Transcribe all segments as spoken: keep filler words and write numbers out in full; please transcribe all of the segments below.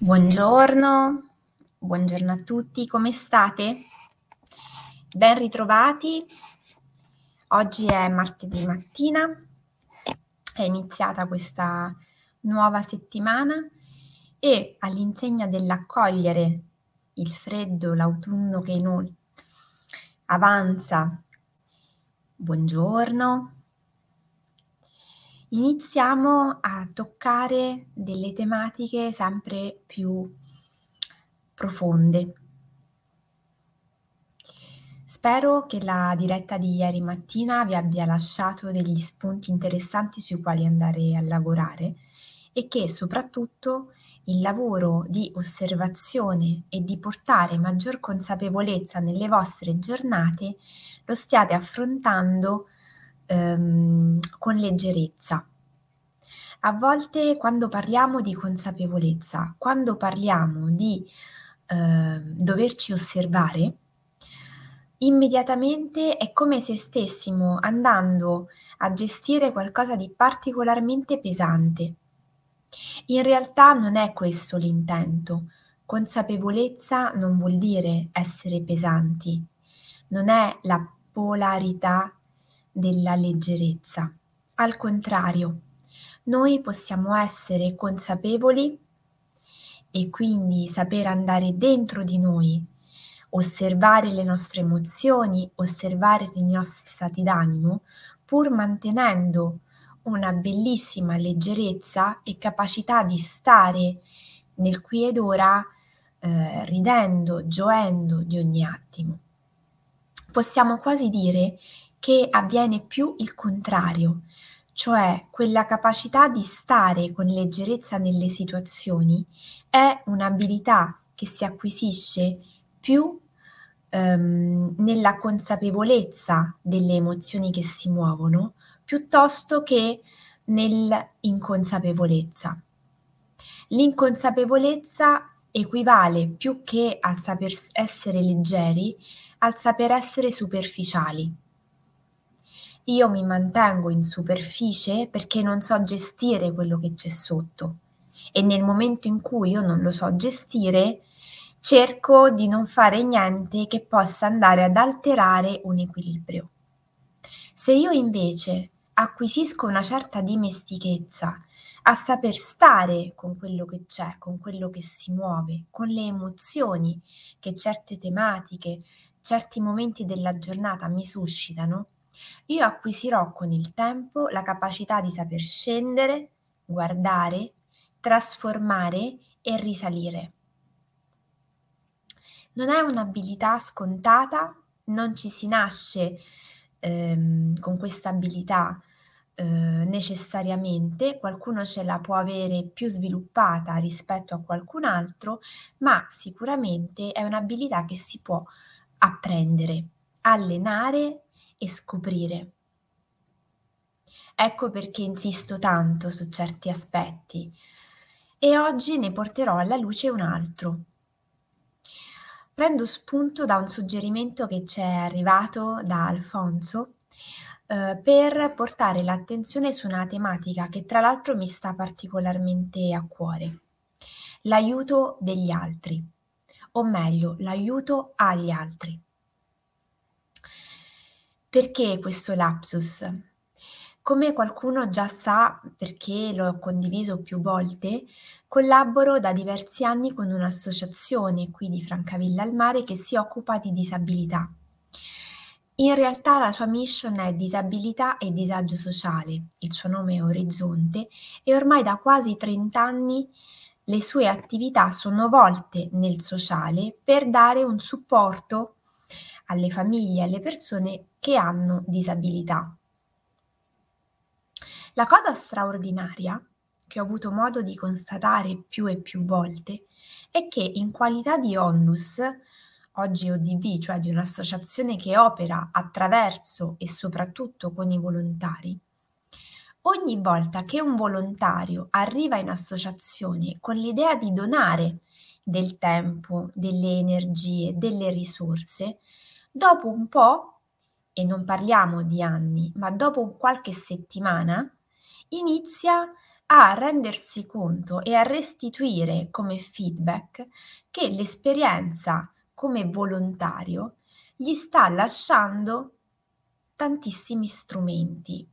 Buongiorno, buongiorno a tutti, come state? Ben ritrovati. Oggi è martedì mattina, è iniziata questa nuova settimana e all'insegna dell'accogliere il freddo, l'autunno che inol- avanza, buongiorno, iniziamo a toccare delle tematiche sempre più profonde. Spero che la diretta di ieri mattina vi abbia lasciato degli spunti interessanti sui quali andare a lavorare e che soprattutto il lavoro di osservazione e di portare maggior consapevolezza nelle vostre giornate lo stiate affrontando ehm, con leggerezza. A volte quando parliamo di consapevolezza, quando parliamo di eh, doverci osservare, immediatamente è come se stessimo andando a gestire qualcosa di particolarmente pesante. In realtà non è questo l'intento. Consapevolezza non vuol dire essere pesanti, non è la polarità della leggerezza. Al contrario, noi possiamo essere consapevoli e quindi saper andare dentro di noi, osservare le nostre emozioni, osservare i nostri stati d'animo, pur mantenendo una bellissima leggerezza e capacità di stare nel qui ed ora, eh, ridendo, gioendo di ogni attimo. Possiamo quasi dire che avviene più il contrario, cioè quella capacità di stare con leggerezza nelle situazioni è un'abilità che si acquisisce più ehm, nella consapevolezza delle emozioni che si muovono, piuttosto che nell'inconsapevolezza. L'inconsapevolezza equivale più che al saper essere leggeri, al saper essere superficiali. Io mi mantengo in superficie perché non so gestire quello che c'è sotto e nel momento in cui io non lo so gestire, cerco di non fare niente che possa andare ad alterare un equilibrio. Se io invece acquisisco una certa dimestichezza a saper stare con quello che c'è, con quello che si muove, con le emozioni che certe tematiche, certi momenti della giornata mi suscitano, io acquisirò con il tempo la capacità di saper scendere, guardare, trasformare e risalire. Non è un'abilità scontata, non ci si nasce ehm, con questa abilità eh, necessariamente, qualcuno ce la può avere più sviluppata rispetto a qualcun altro, ma sicuramente è un'abilità che si può apprendere, allenare e scoprire. Ecco perché insisto tanto su certi aspetti e oggi ne porterò alla luce un altro. Prendo spunto da un suggerimento che ci è arrivato da Alfonso eh, per portare l'attenzione su una tematica che tra l'altro mi sta particolarmente a cuore, l'aiuto degli altri, o meglio, l'aiuto agli altri. Perché questo lapsus? Come qualcuno già sa, perché l'ho condiviso più volte, collaboro da diversi anni con un'associazione qui di Francavilla al Mare che si occupa di disabilità. In realtà la sua mission è disabilità e disagio sociale, il suo nome è Orizzonte e ormai da quasi trenta anni le sue attività sono volte nel sociale per dare un supporto alle famiglie e alle persone che hanno disabilità. La cosa straordinaria, che ho avuto modo di constatare più e più volte, è che in qualità di onlus, oggi O D V, cioè di un'associazione che opera attraverso e soprattutto con i volontari, ogni volta che un volontario arriva in associazione con l'idea di donare del tempo, delle energie, delle risorse, dopo un po', e non parliamo di anni, ma dopo qualche settimana, inizia a rendersi conto e a restituire come feedback che l'esperienza come volontario gli sta lasciando tantissimi strumenti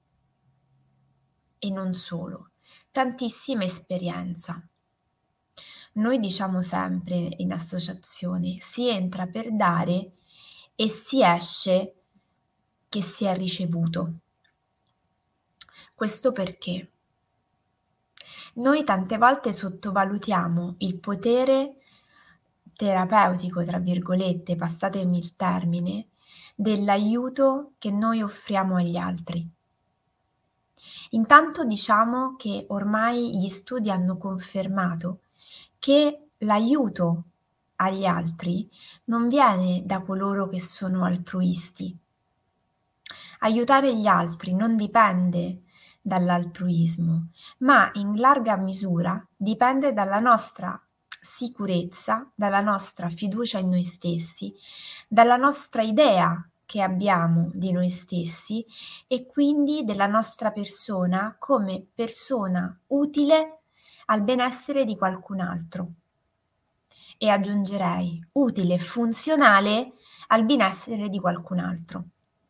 e non solo, tantissima esperienza. Noi diciamo sempre in associazione: si entra per dare e si esce che si è ricevuto. Questo perché noi tante volte sottovalutiamo il potere "terapeutico", tra virgolette, passatemi il termine, dell'aiuto che noi offriamo agli altri. Intanto diciamo che ormai gli studi hanno confermato che l'aiuto agli altri non viene da coloro che sono altruisti. Aiutare gli altri non dipende dall'altruismo, ma in larga misura dipende dalla nostra sicurezza, dalla nostra fiducia in noi stessi, dalla nostra idea che abbiamo di noi stessi e quindi della nostra persona come persona utile al benessere di qualcun altro. E aggiungerei utile e funzionale al benessere di qualcun altro.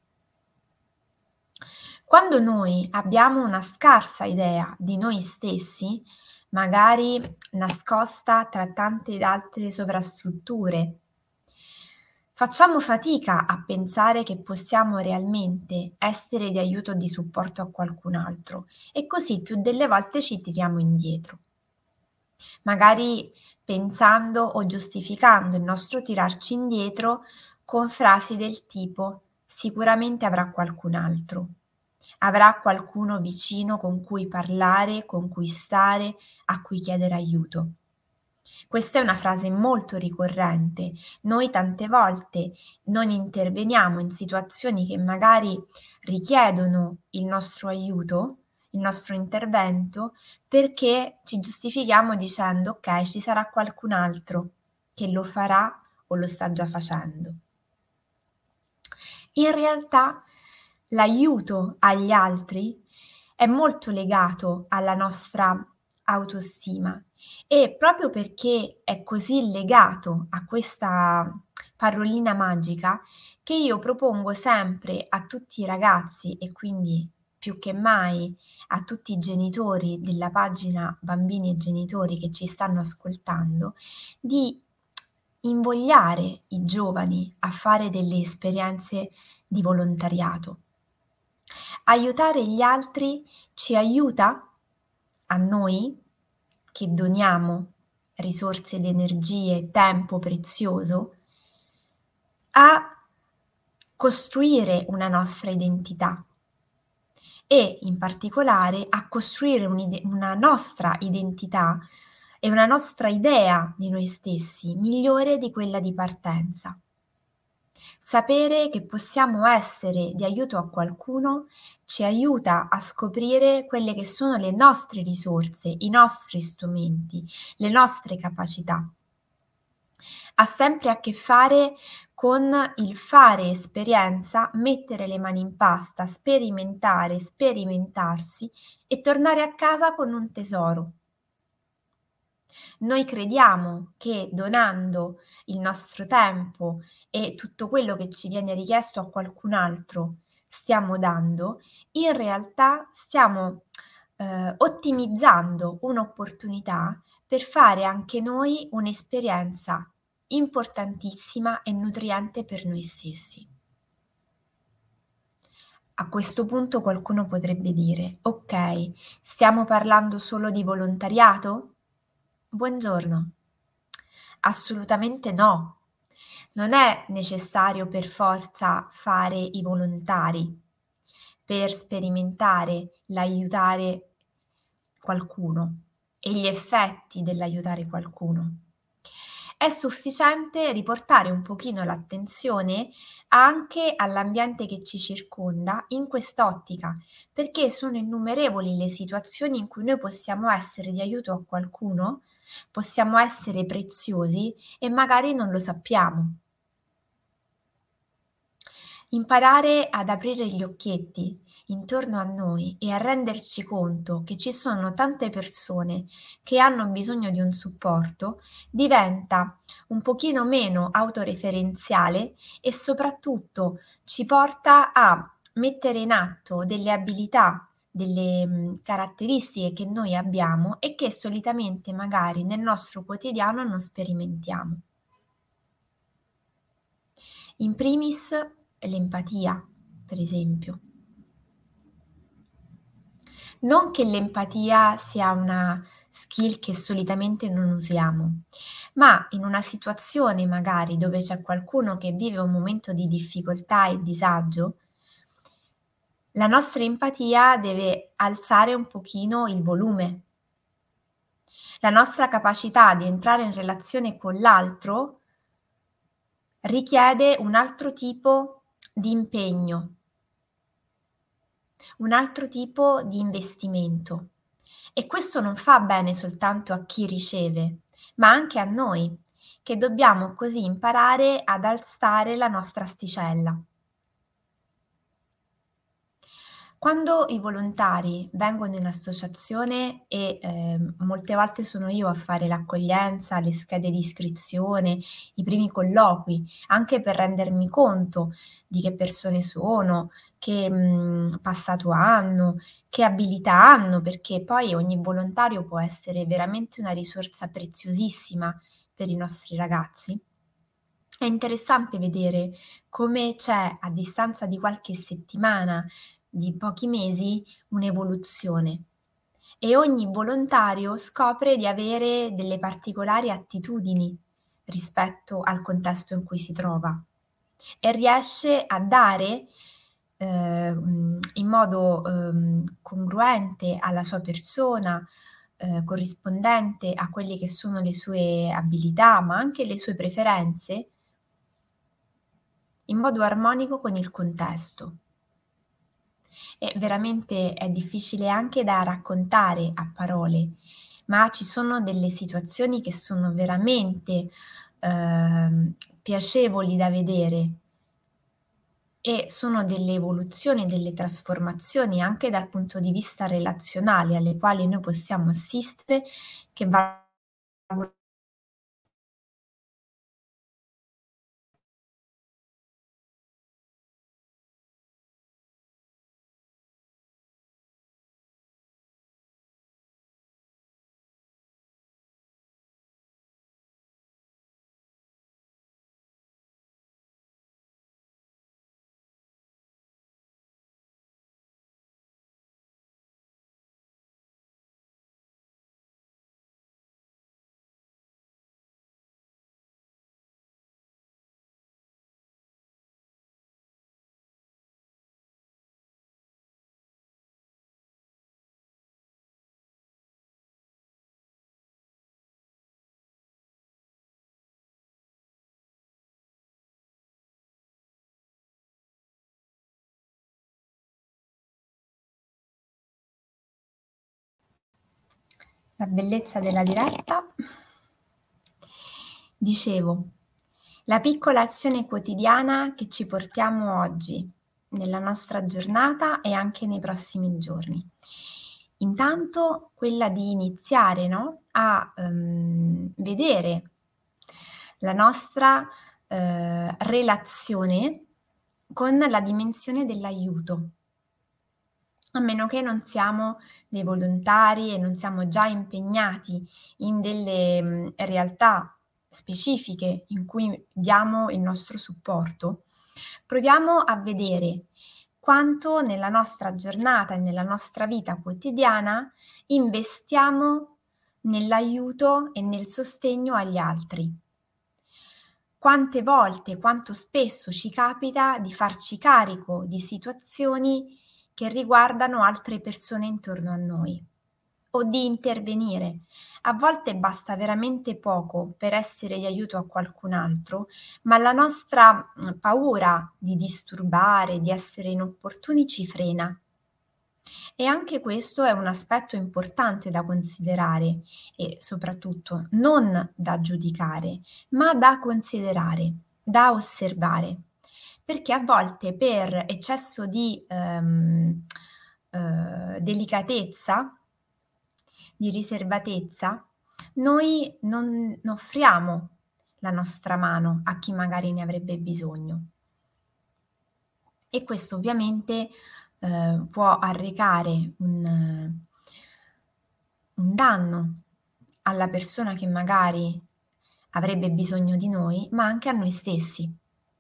Quando noi abbiamo una scarsa idea di noi stessi, magari nascosta tra tante altre sovrastrutture, facciamo fatica a pensare che possiamo realmente essere di aiuto o di supporto a qualcun altro e così il più delle volte ci tiriamo indietro. Magari pensando o giustificando il nostro tirarci indietro con frasi del tipo: "Sicuramente avrà qualcun altro". Avrà qualcuno vicino con cui parlare, con cui stare, a cui chiedere aiuto. Questa è una frase molto ricorrente. Noi tante volte non interveniamo in situazioni che magari richiedono il nostro aiuto, il nostro intervento, perché ci giustifichiamo dicendo: "Okay, ci sarà qualcun altro che lo farà o lo sta già facendo". In realtà l'aiuto agli altri è molto legato alla nostra autostima e proprio perché è così legato a questa parolina magica che io propongo sempre a tutti i ragazzi e quindi più che mai a tutti i genitori della pagina Bambini e Genitori che ci stanno ascoltando, di invogliare i giovani a fare delle esperienze di volontariato. Aiutare gli altri ci aiuta a noi, che doniamo risorse ed energie, tempo prezioso, a costruire una nostra identità e in particolare a costruire un'ide una nostra identità e una nostra idea di noi stessi migliore di quella di partenza. Sapere che possiamo essere di aiuto a qualcuno ci aiuta a scoprire quelle che sono le nostre risorse, i nostri strumenti, le nostre capacità. Ha sempre a che fare con il fare esperienza, mettere le mani in pasta, sperimentare, sperimentarsi e tornare a casa con un tesoro. Noi crediamo che donando il nostro tempo e tutto quello che ci viene richiesto a qualcun altro stiamo dando, in realtà stiamo, ehm, ottimizzando un'opportunità per fare anche noi un'esperienza importantissima e nutriente per noi stessi. A questo punto qualcuno potrebbe dire: "Okay, stiamo parlando solo di volontariato?" Buongiorno. Assolutamente no. Non è necessario per forza fare i volontari per sperimentare l'aiutare qualcuno e gli effetti dell'aiutare qualcuno. È sufficiente riportare un pochino l'attenzione anche all'ambiente che ci circonda in quest'ottica, perché sono innumerevoli le situazioni in cui noi possiamo essere di aiuto a qualcuno, possiamo essere preziosi e magari non lo sappiamo. Imparare ad aprire gli occhietti intorno a noi e a renderci conto che ci sono tante persone che hanno bisogno di un supporto, diventa un pochino meno autoreferenziale e soprattutto ci porta a mettere in atto delle abilità, delle, mhmm, caratteristiche che noi abbiamo e che solitamente magari nel nostro quotidiano non sperimentiamo. In primis l'empatia, per esempio. Non che l'empatia sia una skill che solitamente non usiamo, ma in una situazione magari dove c'è qualcuno che vive un momento di difficoltà e disagio, la nostra empatia deve alzare un pochino il volume. La nostra capacità di entrare in relazione con l'altro richiede un altro tipo di impegno, un altro tipo di investimento. E questo non fa bene soltanto a chi riceve, ma anche a noi, che dobbiamo così imparare ad alzare la nostra asticella. Quando i volontari vengono in associazione e, ehm, molte volte sono io a fare l'accoglienza, le schede di iscrizione, i primi colloqui, anche per rendermi conto di che persone sono, che, mhmm, passato hanno, che abilità hanno, perché poi ogni volontario può essere veramente una risorsa preziosissima per i nostri ragazzi. È interessante vedere come c'è, a distanza di qualche settimana, di pochi mesi, un'evoluzione e ogni volontario scopre di avere delle particolari attitudini rispetto al contesto in cui si trova e riesce a dare, ehm, in modo, uhm, congruente alla sua persona, ehm, corrispondente a quelle che sono le sue abilità, ma anche le sue preferenze, in modo armonico con il contesto. E veramente è difficile anche da raccontare a parole, ma ci sono delle situazioni che sono veramente, ehm, piacevoli da vedere e sono delle evoluzioni, delle trasformazioni anche dal punto di vista relazionale alle quali noi possiamo assistere che va la bellezza della diretta. Dicevo, la piccola azione quotidiana che ci portiamo oggi, nella nostra giornata e anche nei prossimi giorni. Intanto quella di iniziare, no, a, uhm, vedere la nostra, uhm, relazione con la dimensione dell'aiuto. A meno che non siamo dei volontari e non siamo già impegnati in delle, mhmm, realtà specifiche in cui diamo il nostro supporto, proviamo a vedere quanto nella nostra giornata e nella nostra vita quotidiana investiamo nell'aiuto e nel sostegno agli altri. Quante volte, quanto spesso ci capita di farci carico di situazioni che riguardano altre persone intorno a noi o di intervenire. A volte basta veramente poco per essere di aiuto a qualcun altro, ma la nostra, mhmm, paura di disturbare, di essere inopportuni ci frena. E anche questo è un aspetto importante da considerare e soprattutto non da giudicare, ma da considerare, da osservare. perché a volte per eccesso di, ehm, uhm, delicatezza, di riservatezza, noi non offriamo la nostra mano a chi magari ne avrebbe bisogno. E questo ovviamente, uhm, può arrecare un un danno alla persona che magari avrebbe bisogno di noi, ma anche a noi stessi.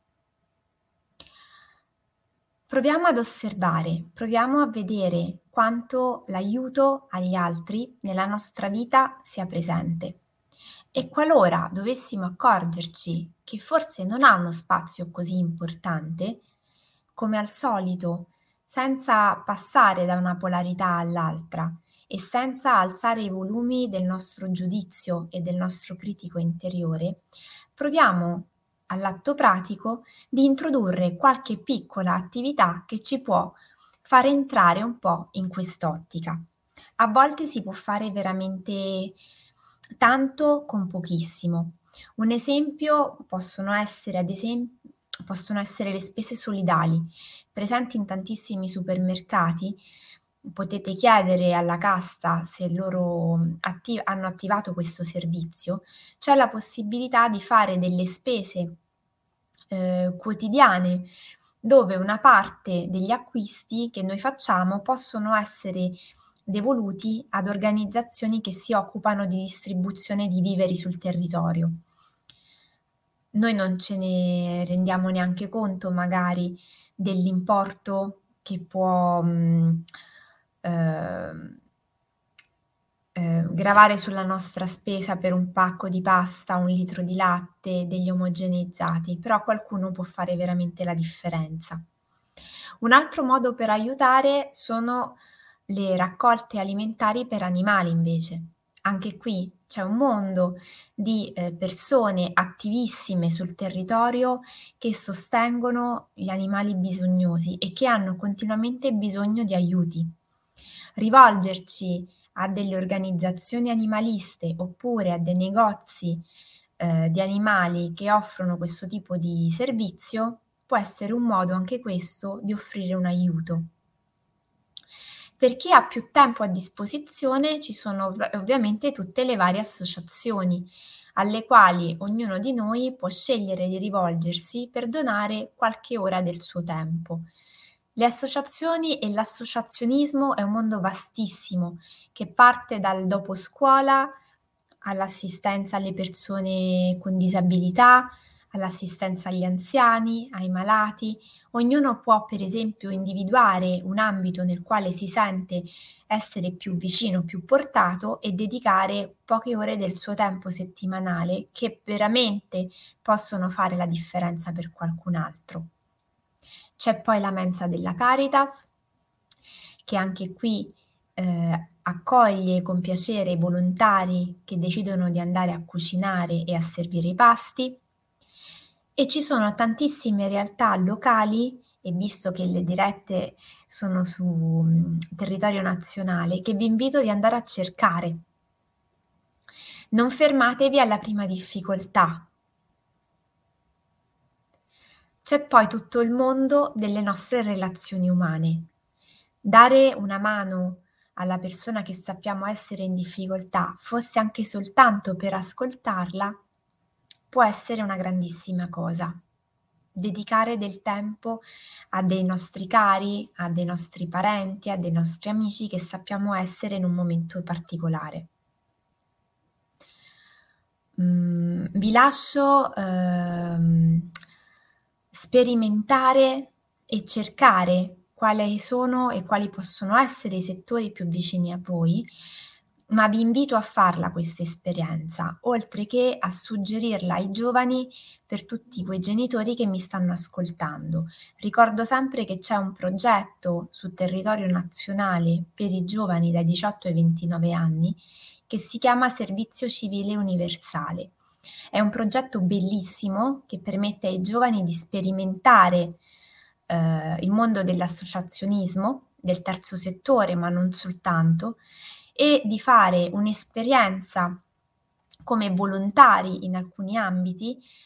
Proviamo ad osservare, proviamo a vedere quanto l'aiuto agli altri nella nostra vita sia presente. E qualora dovessimo accorgerci che forse non ha uno spazio così importante, come al solito, senza passare da una polarità all'altra e senza alzare i volumi del nostro giudizio e del nostro critico interiore, proviamo all'atto pratico di introdurre qualche piccola attività che ci può fare entrare un po' in quest'ottica. A volte si può fare veramente tanto con pochissimo. Un esempio possono essere ad esem possono essere le spese solidali, presenti in tantissimi supermercati. Potete chiedere alla cassa se loro atti hanno attivato questo servizio. C'è la possibilità di fare delle spese, ehm, quotidiane, dove una parte degli acquisti che noi facciamo possono essere devoluti ad organizzazioni che si occupano di distribuzione di viveri sul territorio. Noi non ce ne rendiamo neanche conto magari dell'importo che può, mhmm, ehm ehm, gravare sulla nostra spesa per un pacco di pasta, un litro di latte, degli omogeneizzati, però a qualcuno può fare veramente la differenza. Un altro modo per aiutare sono le raccolte alimentari per animali invece. Anche qui c'è un mondo di, ehm, persone attivissime sul territorio che sostengono gli animali bisognosi e che hanno continuamente bisogno di aiuti. Rivolgerci a delle organizzazioni animaliste oppure a dei negozi, ehm, di animali che offrono questo tipo di servizio, può essere un modo anche questo di offrire un aiuto. Per chi ha più tempo a disposizione ci sono ov ovviamente tutte le varie associazioni, alle quali ognuno di noi può scegliere di rivolgersi per donare qualche ora del suo tempo. Le associazioni e l'associazionismo è un mondo vastissimo che parte dal dopo scuola all'assistenza alle persone con disabilità, all'assistenza agli anziani, ai malati. Ognuno può, per esempio, individuare un ambito nel quale si sente essere più vicino, più portato e dedicare poche ore del suo tempo settimanale che veramente possono fare la differenza per qualcun altro. C'è poi la mensa della Caritas, che anche qui, ehm, accoglie con piacere i volontari che decidono di andare a cucinare e a servire i pasti. E ci sono tantissime realtà locali, e visto che le dirette sono su, mhmm, territorio nazionale, che vi invito di andare a cercare. Non fermatevi alla prima difficoltà. C'è poi tutto il mondo delle nostre relazioni umane. Dare una mano alla persona che sappiamo essere in difficoltà, fosse anche soltanto per ascoltarla, può essere una grandissima cosa. Dedicare del tempo a dei nostri cari, a dei nostri parenti, a dei nostri amici che sappiamo essere in un momento particolare. Mhmm, vi lascio, uhm, sperimentare e cercare quali sono e quali possono essere i settori più vicini a voi, ma vi invito a farla questa esperienza, oltre che a suggerirla ai giovani per tutti quei genitori che mi stanno ascoltando. Ricordo sempre che c'è un progetto sul territorio nazionale per i giovani dai diciotto ai ventinove anni che si chiama Servizio Civile Universale. È un progetto bellissimo che permette ai giovani di sperimentare, ehm, il mondo dell'associazionismo, del terzo settore, ma non soltanto, e di fare un'esperienza come volontari in alcuni ambiti,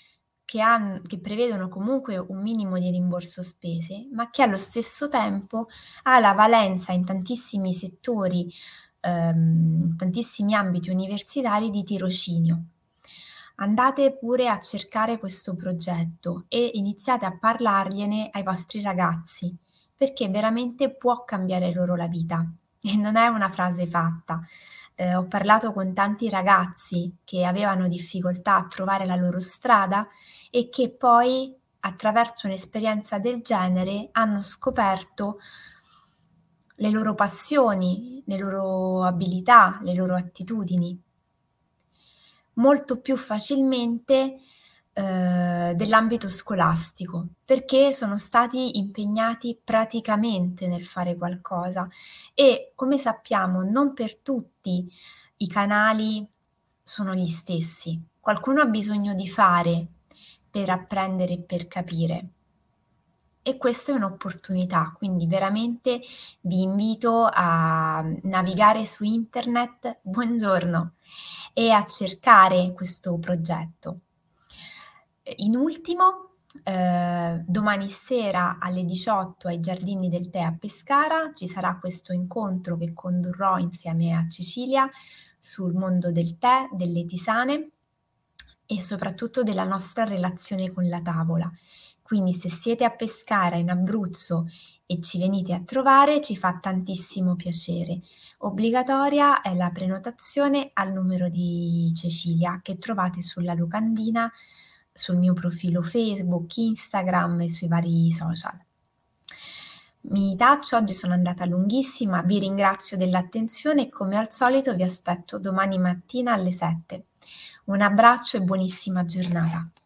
che han che prevedono comunque un minimo di rimborso spese, ma che allo stesso tempo ha la valenza in tantissimi settori, ehm, tantissimi ambiti universitari di tirocinio. Andate pure a cercare questo progetto e iniziate a parlargliene ai vostri ragazzi, perché veramente può cambiare loro la vita e non è una frase fatta. Ehm, ho parlato con tanti ragazzi che avevano difficoltà a trovare la loro strada e che poi, attraverso un'esperienza del genere, hanno scoperto le loro passioni, le loro abilità, le loro attitudini molto più facilmente, ehm, dell'ambito scolastico, perché sono stati impegnati praticamente nel fare qualcosa e, come sappiamo, non per tutti i canali sono gli stessi. Qualcuno ha bisogno di fare per apprendere e per capire. E questa è un'opportunità, quindi veramente vi invito a navigare su internet, buongiorno, e a cercare questo progetto. E in ultimo, ehm, domani sera alle diciotto ai Giardini del Tè a Pescara ci sarà questo incontro che condurrò insieme a Cecilia sul mondo del tè, delle tisane e soprattutto della nostra relazione con la tavola. Quindi se siete a Pescara, in Abruzzo, e ci venite a trovare, ci fa tantissimo piacere. Obbligatoria è la prenotazione al numero di Cecilia, che trovate sulla locandina, sul mio profilo Facebook, Instagram e sui vari social. Mi taccio, oggi sono andata lunghissima, vi ringrazio dell'attenzione e come al solito vi aspetto domani mattina alle sette. Un abbraccio e buonissima giornata.